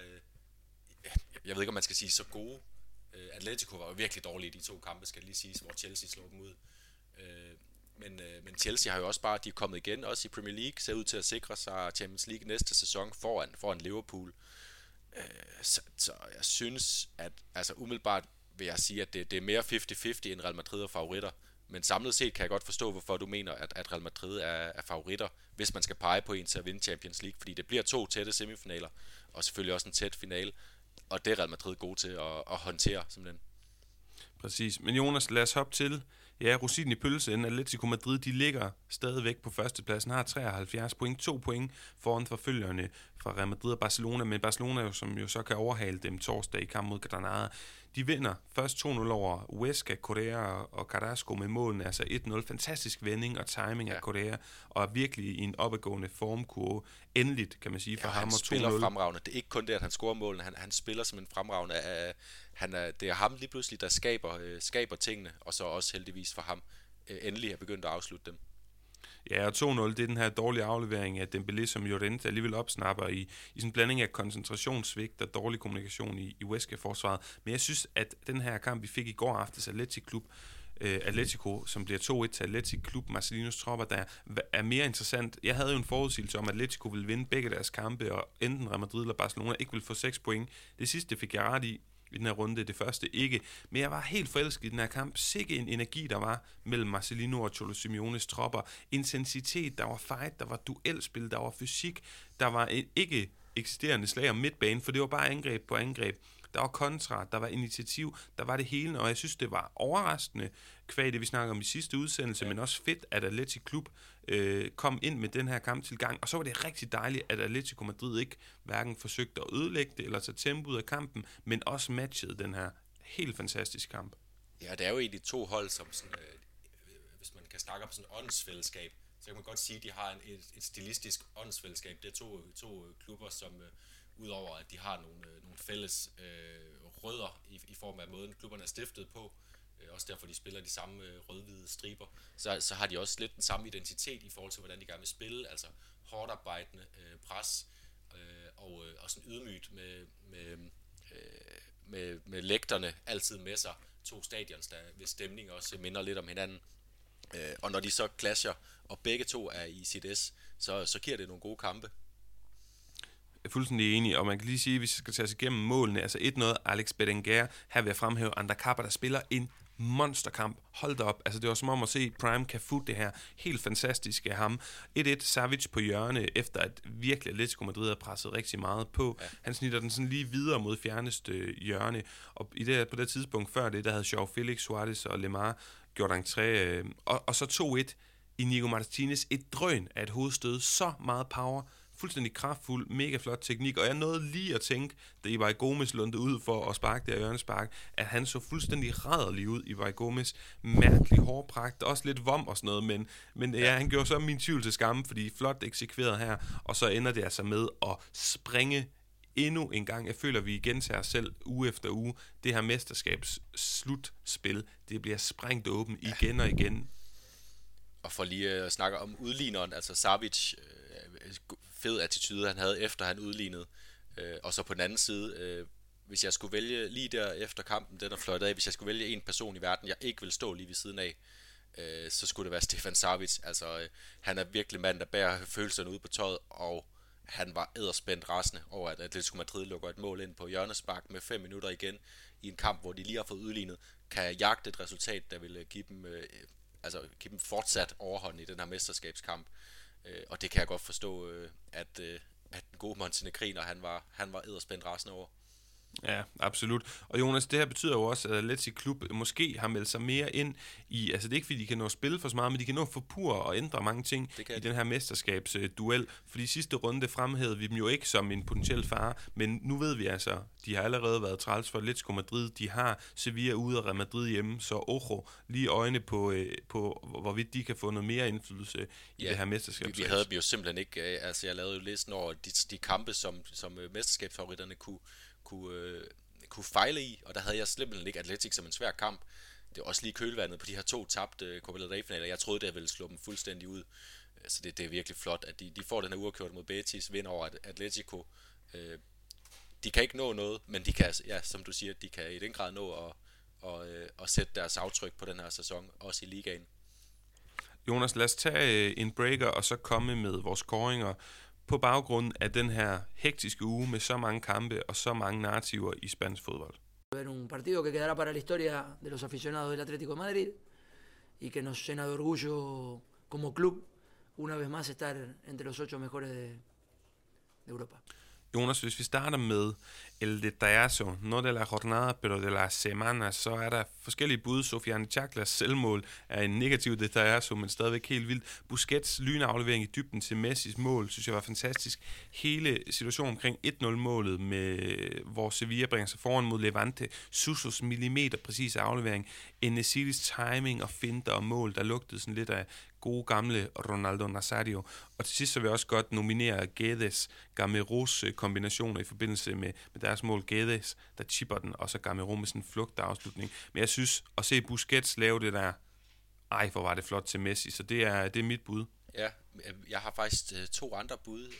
uh, jeg ved ikke, om man skal sige så gode. Uh, Atletico var jo virkelig dårlige i de to kampe, skal lige siges, hvor Chelsea slog dem ud. Uh, men, uh, men Chelsea har jo også bare, de er kommet igen, også i Premier League, ser ud til at sikre sig Champions League næste sæson foran, foran Liverpool. Uh, så, så jeg synes, at altså umiddelbart, vil jeg sige, at det, det er mere halvtreds halvtreds end Real Madrid er favoritter. Men samlet set kan jeg godt forstå, hvorfor du mener, at, at Real Madrid er, er favoritter, hvis man skal pege på en til at vinde Champions League. Fordi det bliver to tætte semifinaler, og selvfølgelig også en tæt finale. Og det er Real Madrid god til at, at håndtere, simpelthen. Præcis. Men Jonas, lad os hoppe til. Ja, rosinen i pølsen. Atletico Madrid, de ligger stadigvæk på førstepladsen, har treoghalvfjerds point, to point foran forfølgerne fra Real Madrid og Barcelona, men Barcelona, jo, som jo så kan overhale dem torsdag i kamp mod Granada, de vinder først to nul over Huesca, Correa og Carrasco med målene, altså et nul. Fantastisk vending og timing ja. af Correa, og er virkelig i en opadgående formkurve. Endeligt, kan man sige, for ja, ham og to nul. Han spiller fremragende. Det er ikke kun det, at han scorer målene. Han, han spiller som en fremragende. Af, han er, det er ham lige pludselig, der skaber, øh, skaber tingene, og så også heldigvis for ham øh, endelig har begyndt at afslutte dem. Ja, og to nul, det er den her dårlige aflevering af Dembélé, som Llorente alligevel opsnapper i, i sådan en blanding af koncentrationssvigt og dårlig kommunikation i, i Huesca-forsvaret. Men jeg synes, at den her kamp, vi fik i går aftes, Atletico Klub, øh, Atletico, som bliver to et til Atletico Klub, Marcelinos tropper, der er mere interessant. Jeg havde jo en forudsigelse om, at Atletico ville vinde begge deres kampe, og enten Real Madrid eller Barcelona ikke ville få seks point. Det sidste fik jeg ret i. I den her runde, det første ikke. Men jeg var helt forelsket i den her kamp. Sikke en energi, der var mellem Marcelino og Cholo Simeones tropper. Intensitet, der var fight, der var duelspil, der var fysik. Der var en ikke eksisterende slag om midtbanen, for det var bare angreb på angreb. Der var kontra, der var initiativ, der var det hele, og jeg synes, det var overraskende, kvad det vi snakker om i sidste udsendelse, ja. Men også fedt, at Atletico Klub øh, kom ind med den her kamp til gang, og så var det rigtig dejligt, at Atletico Madrid ikke hverken forsøgte at ødelægge det, eller tage tempoet af kampen, men også matchede den her helt fantastiske kamp. Ja, det er jo egentlig to hold, som sådan, øh, hvis man kan snakke om sådan et åndsfællesskab, så kan man godt sige, at de har en, et, et stilistisk åndsfællesskab. Det er to, to klubber, som øh, udover at de har nogle, øh, nogle fælles øh, rødder i, i form af måden, klubberne er stiftet på, øh, også derfor de spiller de samme øh, rød-hvide striber, så, så har de også lidt den samme identitet i forhold til, hvordan de gerne vil spille, altså hårdt arbejdende øh, pres, øh, og, øh, og sådan ydmygt med, med, øh, med, med lægterne altid med sig, to stadions, der ved stemning også minder lidt om hinanden. Øh, og når de så clasher, og begge to er i sit S, så, så giver det nogle gode kampe. Jeg er fuldstændig enig, og man kan lige sige, at vi skal tage os igennem målene. Altså et nul, Alex Berenguer, her vil jeg fremhæve Ander Kappa, der spiller en monsterkamp. Hold da op. Altså, det var som om at se Prime Cafu, det her helt fantastiske ham. et-et Savic på hjørne, efter at virkelig Atletico Madrid har presset rigtig meget på. Ja. Han snitter den sådan lige videre mod fjerneste hjørne. Og i det, på det tidspunkt før det, der havde Joao Felix, Suarez og Lemar gjort entré. Øh, og, og så to-et Inigo Martinez. Et drøn af et hovedstød. Så meget power. Fuldstændig kraftfuld, mega flot teknik, og jeg nåede lige at tænke, da Ibai Gomes lundede ud for at sparke der hjørnespark, at han så fuldstændig rædderlig ud, Ibai Gomes. Mærkelig hårpragt, også lidt vom og sådan noget, men, men ja, han gjorde så min tvivl til skamme, fordi flot eksekveret her, og så ender det altså med at springe endnu en gang. Jeg føler, at vi igen tager os selv uge efter uge. Det her mesterskabs slutspil, det bliver sprængt åben igen og igen. Og for lige at snakke om udligneren, altså Savic, øh, fed attitude han havde efter han udlignede, øh, og så på den anden side, øh, hvis jeg skulle vælge lige der efter kampen, den er fløjtet af, hvis jeg skulle vælge en person i verden, jeg ikke vil stå lige ved siden af, øh, så skulle det være Stefan Savic. Altså øh, han er virkelig mand, der bærer følelserne ud på tøjet, og han var edderspændt rasende over, at Atletico Madrid lukker et mål ind på hjørnespark med fem minutter igen i en kamp, hvor de lige har fået udlignet, kan jagte et resultat, der vil give dem, øh, altså give dem fortsat overhånd i den her mesterskabskamp. Øh, og det kan jeg godt forstå, øh, at, øh, at den gode Montenegriner, han var, han var edderspændt rasende over. Ja, absolut. Og Jonas, det her betyder jo også, at Atletico Klub måske har meldt sig mere ind i, altså det er ikke fordi, de kan nå at spille for så meget, men de kan nå at forpurre og ændre mange ting i den her mesterskabsduel. Fordi sidste runde fremhævede vi dem jo ikke som en potentiel fare, men nu ved vi altså, de har allerede været træls for Atletico Madrid, de har Sevilla ude og Real Madrid hjemme, så ojo, lige øjne på, på hvorvidt de kan få noget mere indflydelse i ja, det her mesterskab. Vi, vi havde dem jo simpelthen ikke, altså jeg lavede jo listen over de, de kampe, som, som mesterskabsfavoritterne kunne Kunne, øh, kunne fejle i, og der havde jeg simpelthen ikke Atletic som en svær kamp. Det er også lige kølvandet på de her to tabte øh, Copa del Rey-finaler. Jeg troede, det ville slå dem fuldstændig ud. Så det, det er virkelig flot, at de, de får den her uafgjort mod Betis, vinder over Atletico. Øh, de kan ikke nå noget, men de kan, ja, som du siger, de kan i den grad nå at, og, øh, at sætte deres aftryk på den her sæson, også i ligaen. Jonas, lad os tage en breaker og så komme med vores kåringer på baggrund af den her hektiske uge med så mange kampe og så mange narrativer i spansk fodbold. Un partido que quedará para la historia de los aficionados del Atlético de Madrid y que nos llena de orgullo como club una vez más estar entre los ocho mejores de, de Europa. Jonas, hvis vi starter med El Detallazo, no de la jornada, pero de la semana, så er der forskellige bud. Sofiane Chaklas selvmål er en negativ Detallazo, men stadigvæk helt vildt. Busquets lynaflevering i dybden til Messis mål, synes jeg var fantastisk. Hele situationen omkring et nul-målet, med, hvor Sevilla bringer sig foran mod Levante. Susos millimeter præcis aflevering. Enesidis timing og finter og mål, der lugtede sådan lidt af gode gamle Ronaldo Nazario. Og til sidst så vil jeg også godt nominere Guedes, Gameros kombinationer i forbindelse med, med deres mål. Guedes, der chipper den, og så Gamero med sådan en flugtafslutning. Men jeg synes, at se Busquets lave det der, ej, hvor var det flot til Messi, så det er, det er mit bud. Ja, jeg har faktisk to andre bud.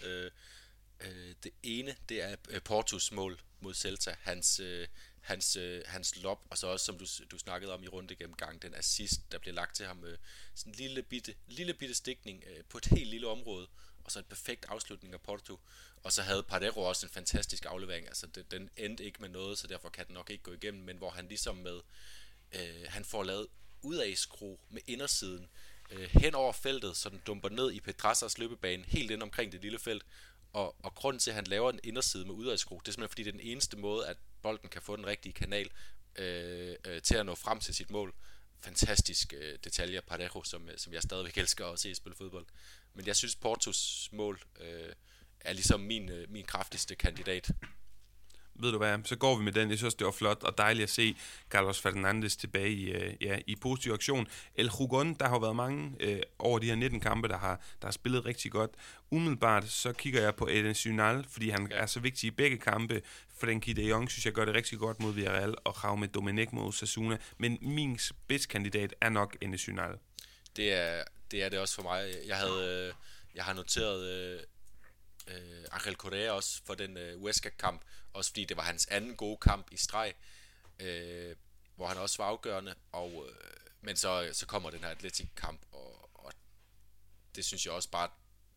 Det ene, det er Portos mål mod Celta. Hans, hans, hans lob, og så også, som du, du snakkede om i rundegennemgang, den assist, der bliver lagt til ham. Sådan en lille bitte, lille bitte stikning på et helt lille område, og så en perfekt afslutning af Porto. Og så havde Parejo også en fantastisk aflevering. Altså, det, den endte ikke med noget, så derfor kan den nok ikke gå igennem, men hvor han ligesom med, øh, han får lavet ud af skru med indersiden, øh, hen over feltet, så den dumper ned i Pedrasas løbebane, helt ind omkring det lille felt. Og, og grunden til, at han laver en inderside med udadskru, det er simpelthen, fordi det er den eneste måde, at bolden kan få den rigtige kanal øh, øh, til at nå frem til sit mål. Fantastisk øh, detaljer, Parejo, som, som jeg stadigvæk elsker at se spille fodbold. Men jeg synes, Portos mål øh, er ligesom min, øh, min kraftigste kandidat. Ved du hvad, så går vi med den. Jeg synes, det var flot og dejligt at se Carlos Fernandes tilbage i, øh, ja, i positiv aktion. El Hugon, der har været mange øh, over de her nitten kampe, der har, der har spillet rigtig godt. Umiddelbart så kigger jeg på Eden Nacional, fordi han ja. er så vigtig i begge kampe. Frenkie de Jong synes jeg gør det rigtig godt mod Villarreal, og Jaume Domenech mod Osasuna. Men min spidskandidat er nok Eden Nacional. Det er, det er det også for mig. Jeg, havde, øh, jeg har noteret øh, øh, Angel Correa også for den øh, Huesca-kamp, også fordi det var hans anden gode kamp i streg, øh, hvor han også var afgørende, og, øh, men så, så kommer den her Atletic-kamp, og, og det synes jeg også bare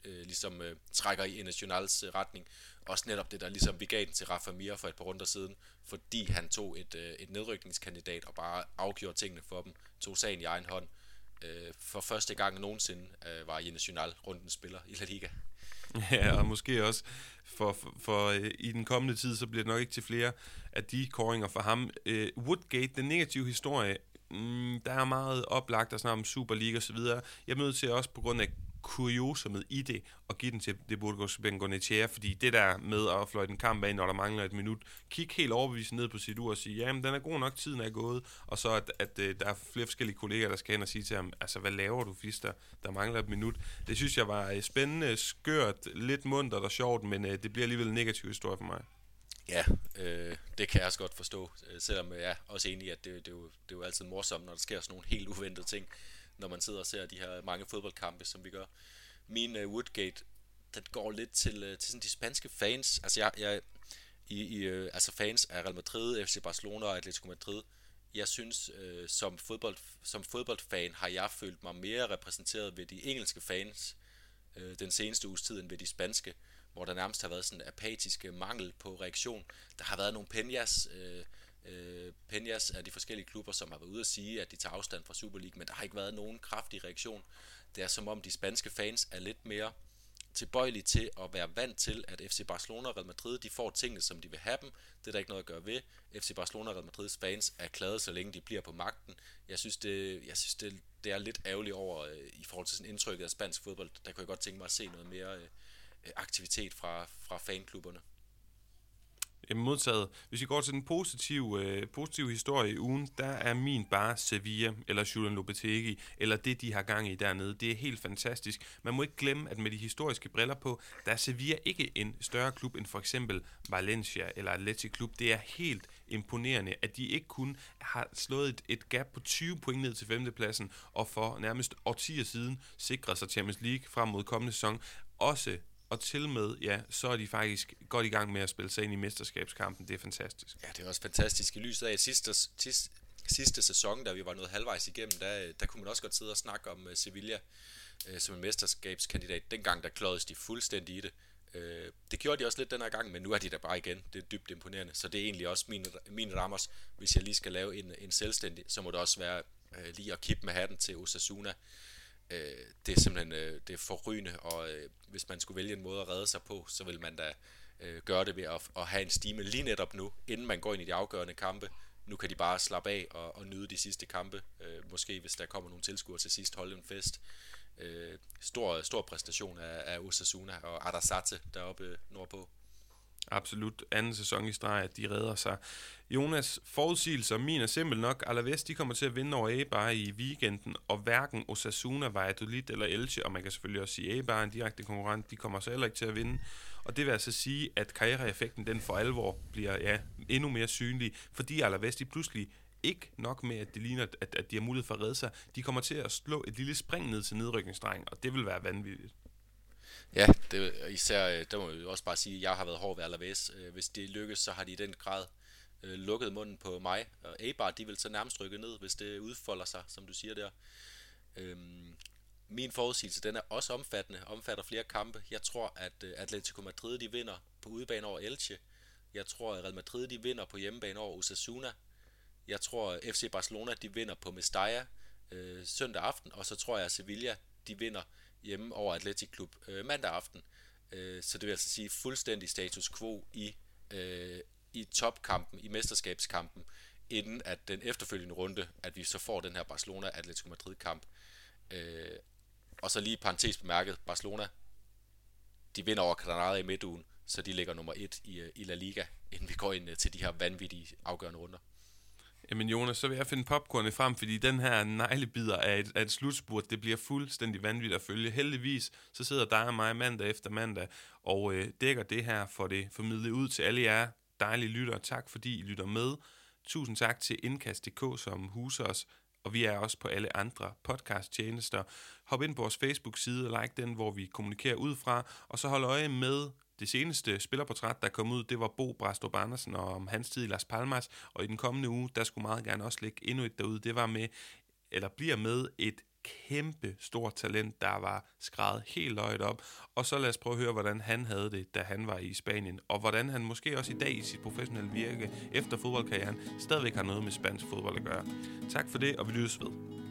øh, ligesom øh, trækker i Nationals øh, retning. Også netop det, der ligesom vi gav den til Rafa Mir for et par runder siden, fordi han tog et, øh, et nedrykningskandidat og bare afgjorde tingene for dem, tog sagen i egen hånd. Øh, for første gang nogensinde øh, var Nacional rundens spiller i La Liga. Ja, og måske også for, for, for øh, i den kommende tid, så bliver det nok ikke til flere af de kåringer for ham. Øh, Woodgate, den negative historie, mm, der er meget oplagt at snakke om Super League og så videre. Jeg møder til også på grund af kuriosummet i det, og give den til det Burgos Bengoechea, fordi det der med at fløjte en kamp af, når der mangler et minut, kig helt overbevisende ned på sit ur og sige, jamen den er god nok, tiden er gået, og så at, at, at der er flere forskellige kolleger, der skal hen og sige til ham, altså hvad laver du, Fister, der mangler et minut. Det synes jeg var spændende, skørt, lidt muntert og sjovt, men det bliver alligevel en negativ historie for mig. Ja, øh, det kan jeg også godt forstå, selvom jeg er også enig i, at det, det, er jo, det er jo altid morsomt, når der sker sådan nogle helt uventede ting, når man sidder og ser de her mange fodboldkampe, som vi gør. Min uh, Woodgate, den går lidt til, uh, til sådan de spanske fans. Altså, jeg, jeg i, i, uh, altså fans af Real Madrid, F C Barcelona og Atletico Madrid. Jeg synes, uh, som, fodbold, som fodboldfan har jeg følt mig mere repræsenteret ved de engelske fans uh, den seneste uges tid, end ved de spanske, hvor der nærmest har været sådan en apatisk mangel på reaktion. Der har været nogle Peñas, uh, Uh, Peñas af de forskellige klubber, som har været ude at sige, at de tager afstand fra Super League, men der har ikke været nogen kraftig reaktion. Det er som om de spanske fans er lidt mere tilbøjelige til at være vant til, at F C Barcelona og Real Madrid, de får tingene, som de vil have dem. Det er der ikke noget at gøre ved. F C Barcelona og Real Madrids fans er glade, så længe de bliver på magten. Jeg synes, det, jeg synes, det, det er lidt ærgerligt over, uh, i forhold til sådan indtrykket af spansk fodbold. Der kunne jeg godt tænke mig at se noget mere uh, aktivitet fra, fra fanklubberne. Modtaget. Hvis vi går til den positive, øh, positive historie i ugen, der er min bare Sevilla, eller Julian Lopetegui, eller det, de har gang i dernede. Det er helt fantastisk. Man må ikke glemme, at med de historiske briller på, der er Sevilla ikke en større klub end for eksempel Valencia eller Athletic Klub. Det er helt imponerende, at de ikke kun har slået et, et gap på tyve point ned til femtepladsen, og for nærmest årtier siden sikret sig Champions League frem mod kommende sæson. Også og til med, ja, så er de faktisk godt i gang med at spille sig ind i mesterskabskampen. Det er fantastisk. Ja, det er også fantastisk. I lyset af at sidste, sidste, sidste sæson, da vi var nået halvvejs igennem, der, der kunne man også godt sidde og snakke om uh, Sevilla uh, som en mesterskabskandidat. Dengang, der klødes de fuldstændig i det. Uh, det gjorde de også lidt den her gang, men nu er de der bare igen. Det er dybt imponerende. Så det er egentlig også min, min Ramos. Hvis jeg lige skal lave en, en selvstændig, så må det også være uh, lige at kippe med hatten til Osasuna. Det er simpelthen det er forrygende, og hvis man skulle vælge en måde at redde sig på, så vil man da gøre det ved at, at have en stime lige netop nu, inden man går ind i de afgørende kampe. Nu kan de bare slappe af og, og nyde de sidste kampe. Måske hvis der kommer nogle tilskuere til sidst, holde en fest. Stor, stor præstation af, af Osasuna og Arrasate deroppe nordpå. Absolut. Anden sæson i streg, at de redder sig. Jonas, forudsigelser, min er simpel nok. Alaves, de kommer til at vinde over Eibar i weekenden, og hverken Osasuna, Valladolid eller Elche, og man kan selvfølgelig også sige, Eibar er en direkte konkurrent, de kommer så heller ikke til at vinde. Og det vil altså sige, at karriereeffekten, den for alvor bliver ja, endnu mere synlig, fordi Alaves, de pludselig ikke nok med, at det ligner, at, at de har mulighed for at redde sig. De kommer til at slå et lille spring ned til nedrykningsdrengen, og det vil være vanvittigt. Ja, det, især, der må jeg også bare sige, at jeg har været hård ved Alaves. Hvis det lykkes, så har de i den grad øh, lukket munden på mig. Og Eibar, de vil så nærmest rykke ned, hvis det udfolder sig, som du siger der. Øhm, min forudsigelse, den er også omfattende, omfatter flere kampe. Jeg tror, at øh, Atletico Madrid, de vinder på udebane over Elche. Jeg tror, at Real Madrid, de vinder på hjemmebane over Osasuna. Jeg tror, at F C Barcelona, de vinder på Mestalla øh, søndag aften. Og så tror jeg, at Sevilla, de vinder hjemme over Athletic Klub øh, mandag aften. Øh, så det vil altså sige fuldstændig status quo i, øh, i topkampen, i mesterskabskampen, inden at den efterfølgende runde, at vi så får den her Barcelona-Atletico Madrid-kamp. Øh, og så lige parentes bemærket, Barcelona, de vinder over Granada i midtugen, så de ligger nummer et i, i La Liga, inden vi går ind til de her vanvittige afgørende runder. Jamen Jonas, så vil jeg finde popcornet frem, fordi den her neglebider af et, af et slutspurt, det bliver fuldstændig vanvittigt at følge. Heldigvis, så sidder dig og mig mandag efter mandag og øh, dækker det her for det formidlet ud til alle jer dejlige lyttere. Tak fordi I lytter med. Tusind tak til Indkast punktum d k, som huser os, og vi er også på alle andre podcast-tjenester. Hop ind på vores Facebook-side og like den, hvor vi kommunikerer ud fra, og så hold øje med det seneste spillerportræt, der kom ud. Det var Bo Brastrup Andersen og om hans tid i Las Palmas, og i den kommende uge, der skulle meget gerne også ligge endnu et derude. Det var med, eller bliver med et kæmpe stort talent, der var skrevet helt højt op. Og så lad os prøve at høre, hvordan han havde det, da han var i Spanien, og hvordan han måske også i dag i sit professionelle virke efter fodboldkarrieren stadigvæk har noget med spansk fodbold at gøre. Tak for det, og vi lyttes ved.